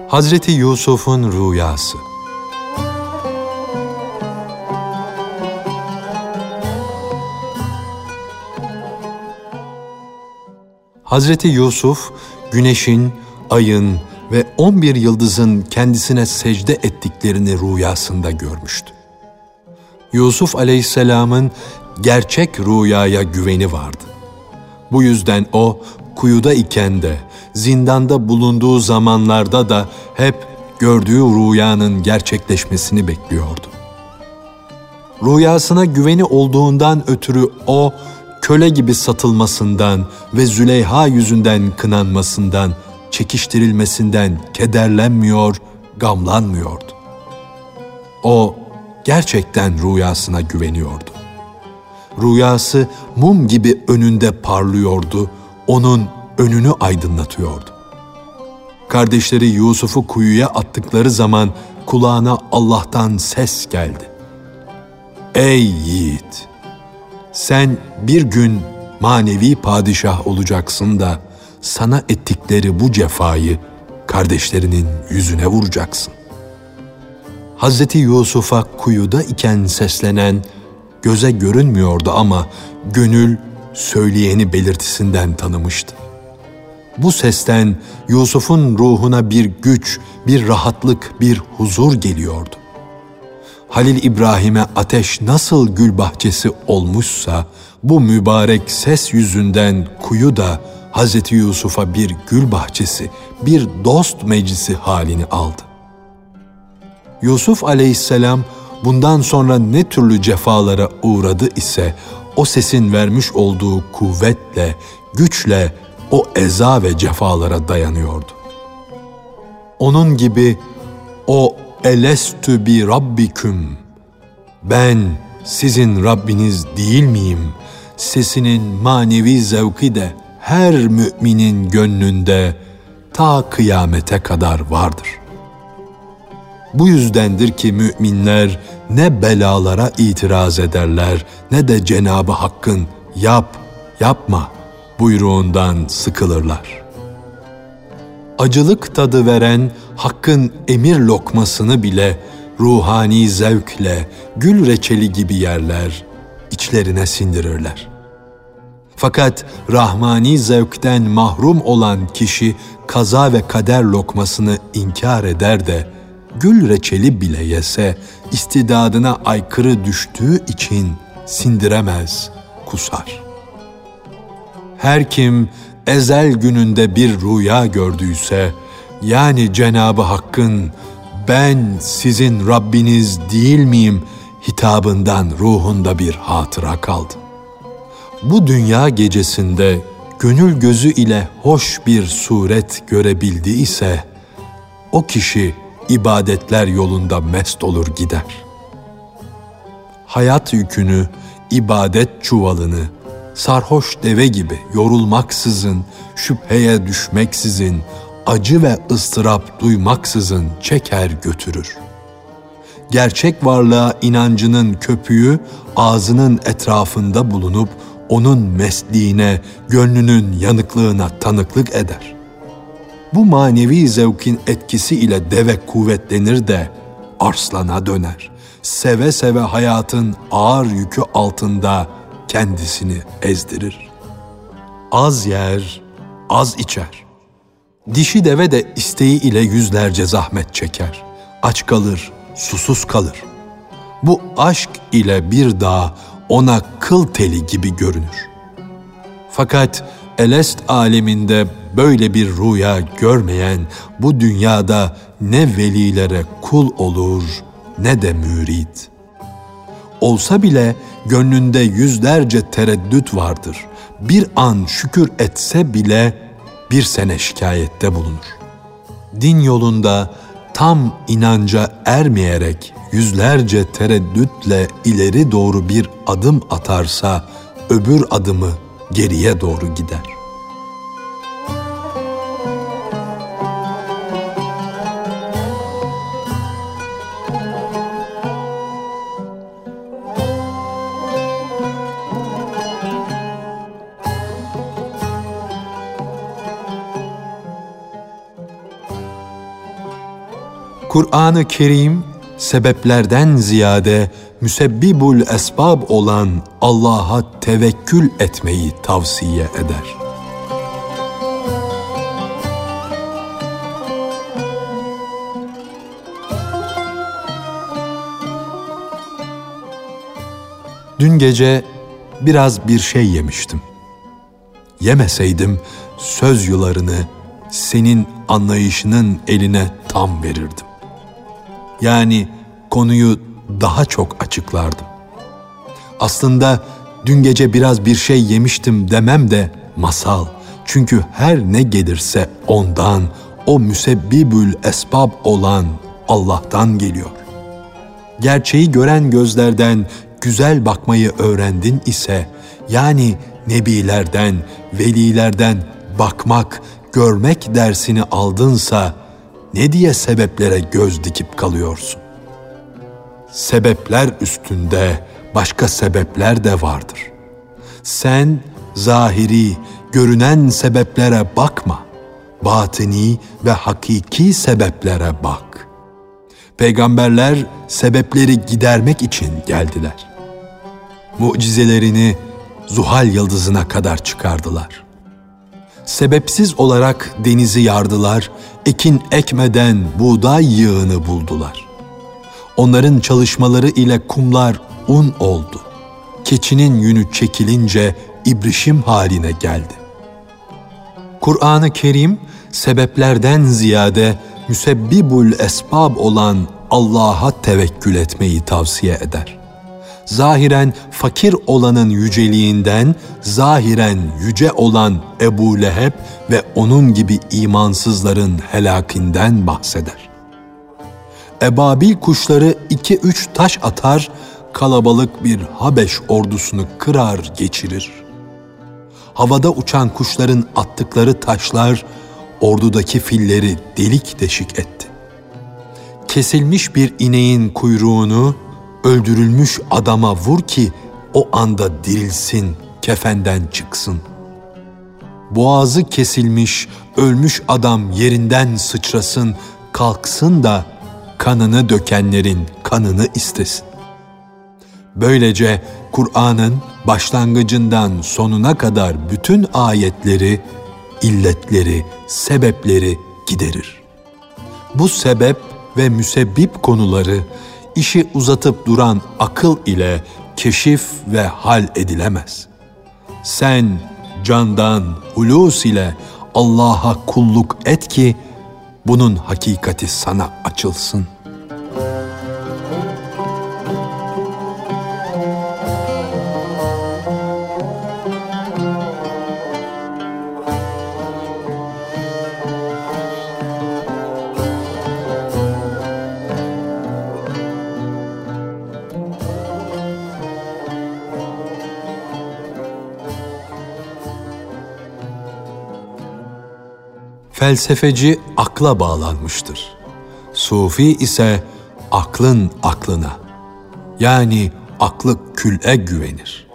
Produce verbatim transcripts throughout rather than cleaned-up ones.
Hazreti Yusuf'un rüyası. Hazreti Yusuf, güneşin, ayın ve on bir yıldızın kendisine secde ettiklerini rüyasında görmüştü. Yusuf Aleyhisselam'ın gerçek rüyaya güveni vardı. Bu yüzden o, kuyuda iken de, zindanda bulunduğu zamanlarda da hep gördüğü rüyanın gerçekleşmesini bekliyordu. Rüyasına güveni olduğundan ötürü o, köle gibi satılmasından ve Züleyha yüzünden kınanmasından, çekiştirilmesinden kederlenmiyor, gamlanmıyordu. O, gerçekten rüyasına güveniyordu. Rüyası mum gibi önünde parlıyordu, onun önünü aydınlatıyordu. Kardeşleri Yusuf'u kuyuya attıkları zaman kulağına Allah'tan ses geldi. Ey yiğit! Sen bir gün manevi padişah olacaksın da sana ettikleri bu cefayı kardeşlerinin yüzüne vuracaksın. Hazreti Yusuf'a kuyuda iken seslenen, göze görünmüyordu ama gönül söyleyeni belirtisinden tanımıştı. Bu sesten Yusuf'un ruhuna bir güç, bir rahatlık, bir huzur geliyordu. Halil İbrahim'e ateş nasıl gül bahçesi olmuşsa, bu mübarek ses yüzünden kuyu da Hazreti Yusuf'a bir gül bahçesi, bir dost meclisi halini aldı. Yusuf Aleyhisselam bundan sonra ne türlü cefalara uğradı ise, o sesin vermiş olduğu kuvvetle, güçle o eza ve cefalara dayanıyordu. Onun gibi o elestü bi rabbiküm, ben sizin Rabbiniz değil miyim? Sesinin manevi zevki de her müminin gönlünde ta kıyamete kadar vardır. Bu yüzdendir ki müminler ne belalara itiraz ederler ne de Cenab-ı Hakk'ın yap, yapma buyruğundan sıkılırlar. Acılık tadı veren Hakk'ın emir lokmasını bile ruhani zevkle gül reçeli gibi yerler, içlerine sindirirler. Fakat rahmani zevkten mahrum olan kişi kaza ve kader lokmasını inkar eder de gül reçeli bile yese istidadına aykırı düştüğü için sindiremez, kusar. Her kim ezel gününde bir rüya gördüyse, yani Cenab-ı Hakk'ın ben sizin Rabbiniz değil miyim hitabından ruhunda bir hatıra kaldı. Bu dünya gecesinde gönül gözü ile hoş bir suret görebildiyse, o kişi ibadetler yolunda mest olur gider. Hayat yükünü, ibadet çuvalını, sarhoş deve gibi yorulmaksızın, şüpheye düşmeksizin, acı ve ıstırap duymaksızın çeker götürür. Gerçek varlığa inancının köpüğü ağzının etrafında bulunup onun mesliğine, gönlünün yanıklığına tanıklık eder. Bu manevi zevkin etkisi ile deve kuvvetlenir de arslana döner. Seve seve hayatın ağır yükü altında kendisini ezdirir. Az yer, az içer. Dişi deve de isteği ile yüzlerce zahmet çeker. Aç kalır, susuz kalır. Bu aşk ile bir dağ ona kıl teli gibi görünür. Fakat elest aleminde böyle bir rüya görmeyen bu dünyada ne velilere kul olur ne de mürit. Olsa bile gönlünde yüzlerce tereddüt vardır. Bir an şükür etse bile bir sene şikayette bulunur. Din yolunda tam inanca ermeyerek yüzlerce tereddütle ileri doğru bir adım atarsa öbür adımı geriye doğru gider. Kur'an-ı Kerim, sebeplerden ziyade müsebbibul esbab olan Allah'a tevekkül etmeyi tavsiye eder. Dün gece biraz bir şey yemiştim. Yemeseydim söz yularını senin anlayışının eline tam verirdim. Yani konuyu daha çok açıklardım. Aslında dün gece biraz bir şey yemiştim demem de masal. Çünkü her ne gelirse ondan, o müsebbibül esbab olan Allah'tan geliyor. Gerçeği gören gözlerden güzel bakmayı öğrendin ise, yani nebilerden, velilerden bakmak, görmek dersini aldınsa, ne diye sebeplere göz dikip kalıyorsun? Sebepler üstünde başka sebepler de vardır. Sen zahiri, görünen sebeplere bakma, batini ve hakiki sebeplere bak. Peygamberler sebepleri gidermek için geldiler. Mucizelerini Zuhal yıldızına kadar çıkardılar. Sebepsiz olarak denizi yardılar, ekin ekmeden buğday yığını buldular. Onların çalışmaları ile kumlar un oldu. Keçinin yünü çekilince ibrişim haline geldi. Kur'an-ı Kerim, sebeplerden ziyade müsebbibul esbab olan Allah'a tevekkül etmeyi tavsiye eder. Zahiren fakir olanın yüceliğinden, zahiren yüce olan Ebu Leheb ve onun gibi imansızların helakinden bahseder. Ebabil kuşları iki üç taş atar, kalabalık bir Habeş ordusunu kırar geçirir. Havada uçan kuşların attıkları taşlar, ordudaki filleri delik deşik etti. Kesilmiş bir ineğin kuyruğunu öldürülmüş adama vur ki o anda dirilsin, kefenden çıksın. Boğazı kesilmiş, ölmüş adam yerinden sıçrasın, kalksın da kanını dökenlerin kanını istesin. Böylece Kur'an'ın başlangıcından sonuna kadar bütün ayetleri, illetleri, sebepleri giderir. Bu sebep ve müsebbip konuları işi uzatıp duran akıl ile keşif ve hal edilemez. Sen candan, hulus ile Allah'a kulluk et ki bunun hakikati sana açılsın. Felsefeci akla bağlanmıştır. Sufi ise aklın aklına, yani aklı kül'e güvenir.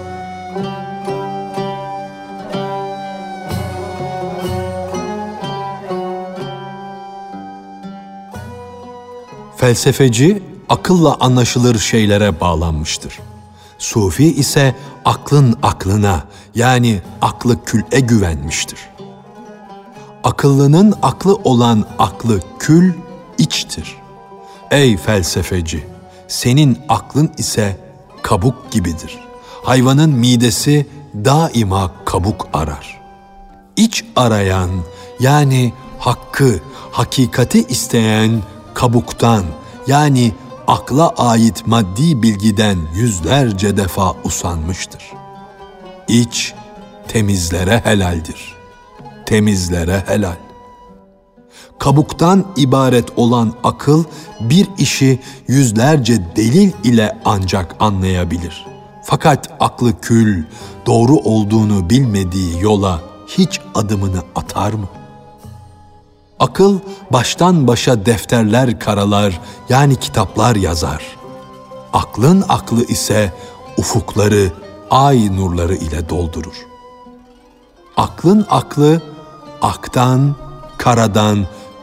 Felsefeci akılla anlaşılır şeylere bağlanmıştır. Sufi ise aklın aklına, yani aklı kül'e güvenmiştir. Akıllının aklı olan aklı kül, içtir. Ey felsefeci, senin aklın ise kabuk gibidir. Hayvanın midesi daima kabuk arar. İç arayan, yani hakkı, hakikati isteyen kabuktan, yani akla ait maddi bilgiden yüzlerce defa usanmıştır. İç temizlere helaldir. Temizlere helal. Kabuktan ibaret olan akıl bir işi yüzlerce delil ile ancak anlayabilir. Fakat aklı kül, doğru olduğunu bilmediği yola hiç adımını atar mı? Akıl baştan başa defterler karalar, yani kitaplar yazar. Aklın aklı ise ufukları ay nurları ile doldurur. Aklın aklı aktan, karadan,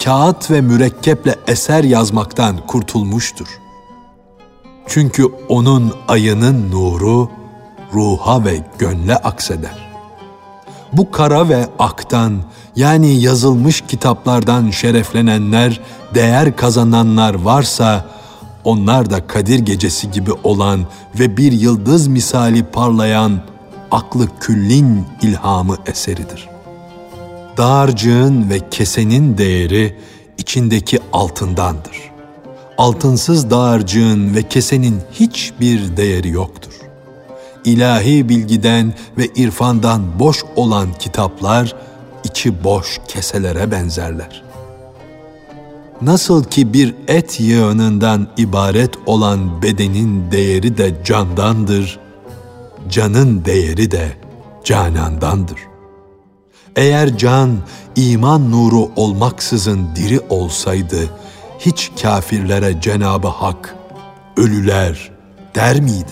kağıt ve mürekkeple eser yazmaktan kurtulmuştur. Çünkü onun ayının nuru ruha ve gönle akseder. Bu kara ve aktan, yani yazılmış kitaplardan şereflenenler, değer kazananlar varsa, onlar da Kadir Gecesi gibi olan ve bir yıldız misali parlayan aklı küllin ilhamı eseridir. Dağarcığın ve kesenin değeri içindeki altındandır. Altınsız dağarcığın ve kesenin hiçbir değeri yoktur. İlahi bilgiden ve irfandan boş olan kitaplar, içi boş keselere benzerler. Nasıl ki bir et yığınından ibaret olan bedenin değeri de candandır, canın değeri de canandandır. Eğer can, iman nuru olmaksızın diri olsaydı, hiç kafirlere Cenab-ı Hak, ölüler der miydi?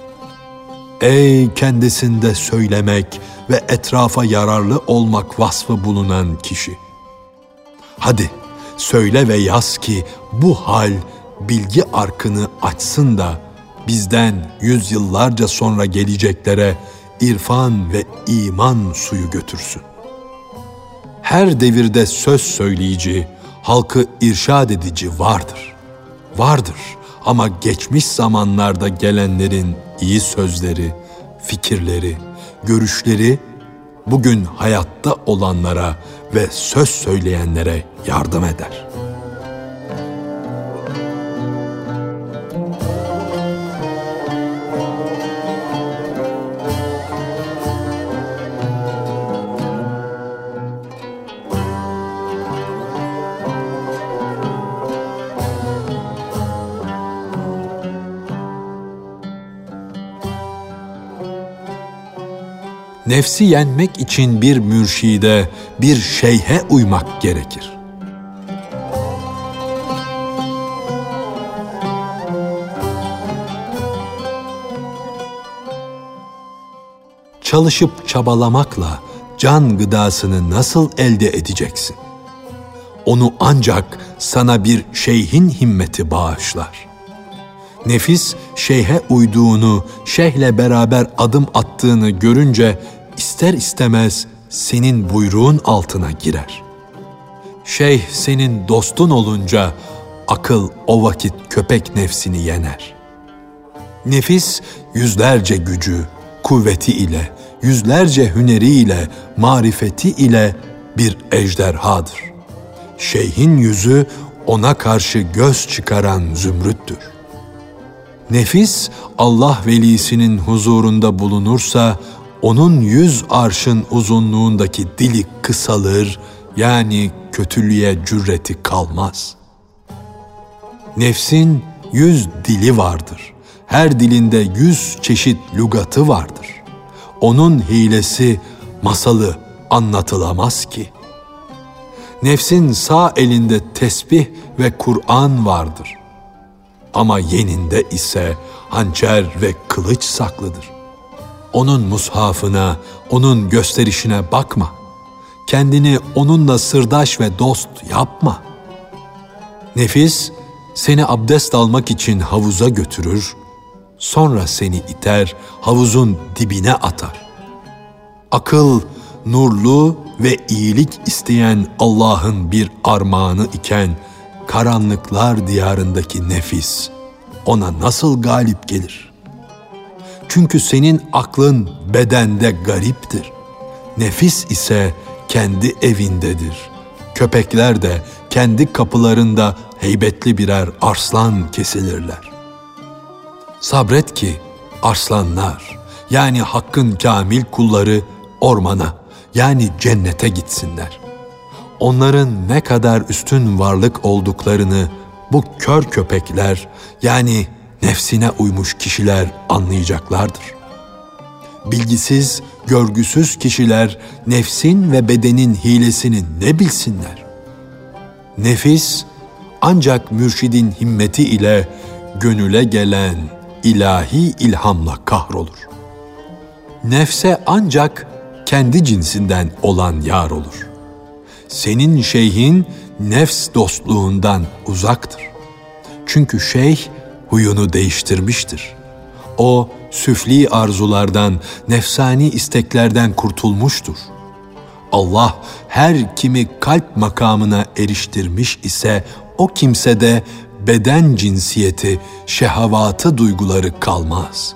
Ey kendisinde söylemek ve etrafa yararlı olmak vasfı bulunan kişi! Hadi söyle ve yaz ki bu hal bilgi arkını açsın da bizden yüzyıllarca sonra geleceklere irfan ve iman suyu götürsün. Her devirde söz söyleyici, halkı irşad edici vardır. Vardır ama geçmiş zamanlarda gelenlerin iyi sözleri, fikirleri, görüşleri bugün hayatta olanlara ve söz söyleyenlere yardım eder. Nefsi yenmek için bir mürşide, bir şeyhe uymak gerekir. Çalışıp çabalamakla can gıdasını nasıl elde edeceksin? Onu ancak sana bir şeyhin himmeti bağışlar. Nefis, şeyhe uyduğunu, şeyhle beraber adım attığını görünce ister istemez senin buyruğun altına girer. Şeyh senin dostun olunca akıl o vakit köpek nefsini yener. Nefis yüzlerce gücü, kuvveti ile, yüzlerce hüneriyle, marifeti ile bir ejderhadır. Şeyhin yüzü ona karşı göz çıkaran zümrüttür. Nefis Allah velisinin huzurunda bulunursa onun yüz arşın uzunluğundaki dili kısalır, yani kötülüğe cüreti kalmaz. Nefsin yüz dili vardır. Her dilinde yüz çeşit lügatı vardır. Onun hilesi, masalı anlatılamaz ki. Nefsin sağ elinde tesbih ve Kur'an vardır. Ama yeninde ise hançer ve kılıç saklıdır. Onun mushafına, onun gösterişine bakma. Kendini onunla sırdaş ve dost yapma. Nefis seni abdest almak için havuza götürür, sonra seni iter, havuzun dibine atar. Akıl, nurlu ve iyilik isteyen Allah'ın bir armağanı iken, karanlıklar diyarındaki nefis ona nasıl galip gelir? Çünkü senin aklın bedende gariptir. Nefis ise kendi evindedir. Köpekler de kendi kapılarında heybetli birer arslan kesilirler. Sabret ki arslanlar, yani Hakk'ın kamil kulları ormana, yani cennete gitsinler. Onların ne kadar üstün varlık olduklarını bu kör köpekler, yani nefsine uymuş kişiler anlayacaklardır. Bilgisiz, görgüsüz kişiler nefsin ve bedenin hilesini ne bilsinler? Nefis ancak mürşidin himmeti ile gönüle gelen ilahi ilhamla kahrolur. Nefse ancak kendi cinsinden olan yar olur. Senin şeyhin nefs dostluğundan uzaktır. Çünkü şeyh huyunu değiştirmiştir. O süfli arzulardan, nefsani isteklerden kurtulmuştur. Allah her kimi kalp makamına eriştirmiş ise o kimsede beden cinsiyeti, şehavatı duyguları kalmaz.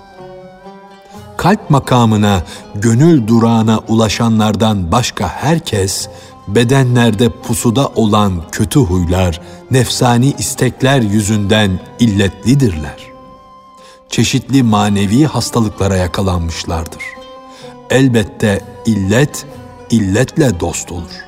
Kalp makamına, gönül durağına ulaşanlardan başka herkes, bedenlerde pusuda olan kötü huylar, nefsani istekler yüzünden illetlidirler. Çeşitli manevi hastalıklara yakalanmışlardır. Elbette illet, illetle dost olur.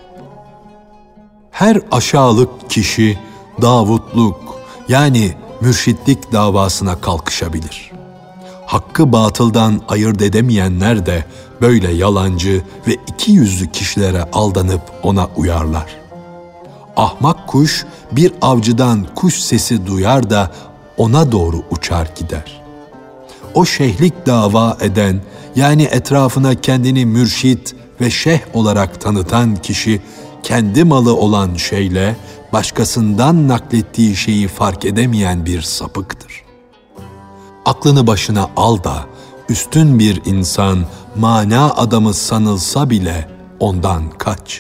Her aşağılık kişi, Davutluk yani mürşitlik davasına kalkışabilir. Hakkı batıldan ayırt edemeyenler de böyle yalancı ve iki yüzlü kişilere aldanıp ona uyarlar. Ahmak kuş bir avcıdan kuş sesi duyar da ona doğru uçar gider. O şeyhlik dava eden, yani etrafına kendini mürşit ve şeyh olarak tanıtan kişi, kendi malı olan şeyle başkasından naklettiği şeyi fark edemeyen bir sapıktır. Aklını başına al da üstün bir insan, mana adamı sanılsa bile ondan kaç.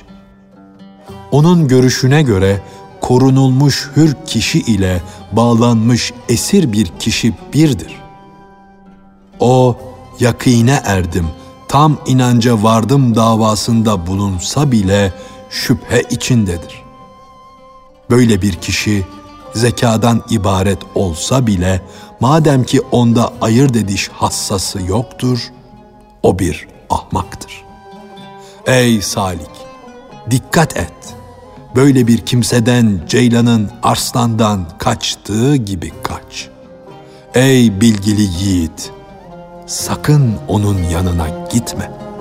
Onun görüşüne göre korunulmuş hür kişi ile bağlanmış esir bir kişi birdir. O, yakine erdim, tam inanca vardım davasında bulunsa bile şüphe içindedir. Böyle bir kişi zekadan ibaret olsa bile madem ki onda ayırt ediş hassası yoktur, o bir ahmaktır. Ey salik, dikkat et. Böyle bir kimseden ceylanın arslandan kaçtığı gibi kaç. Ey bilgili yiğit, sakın onun yanına gitme.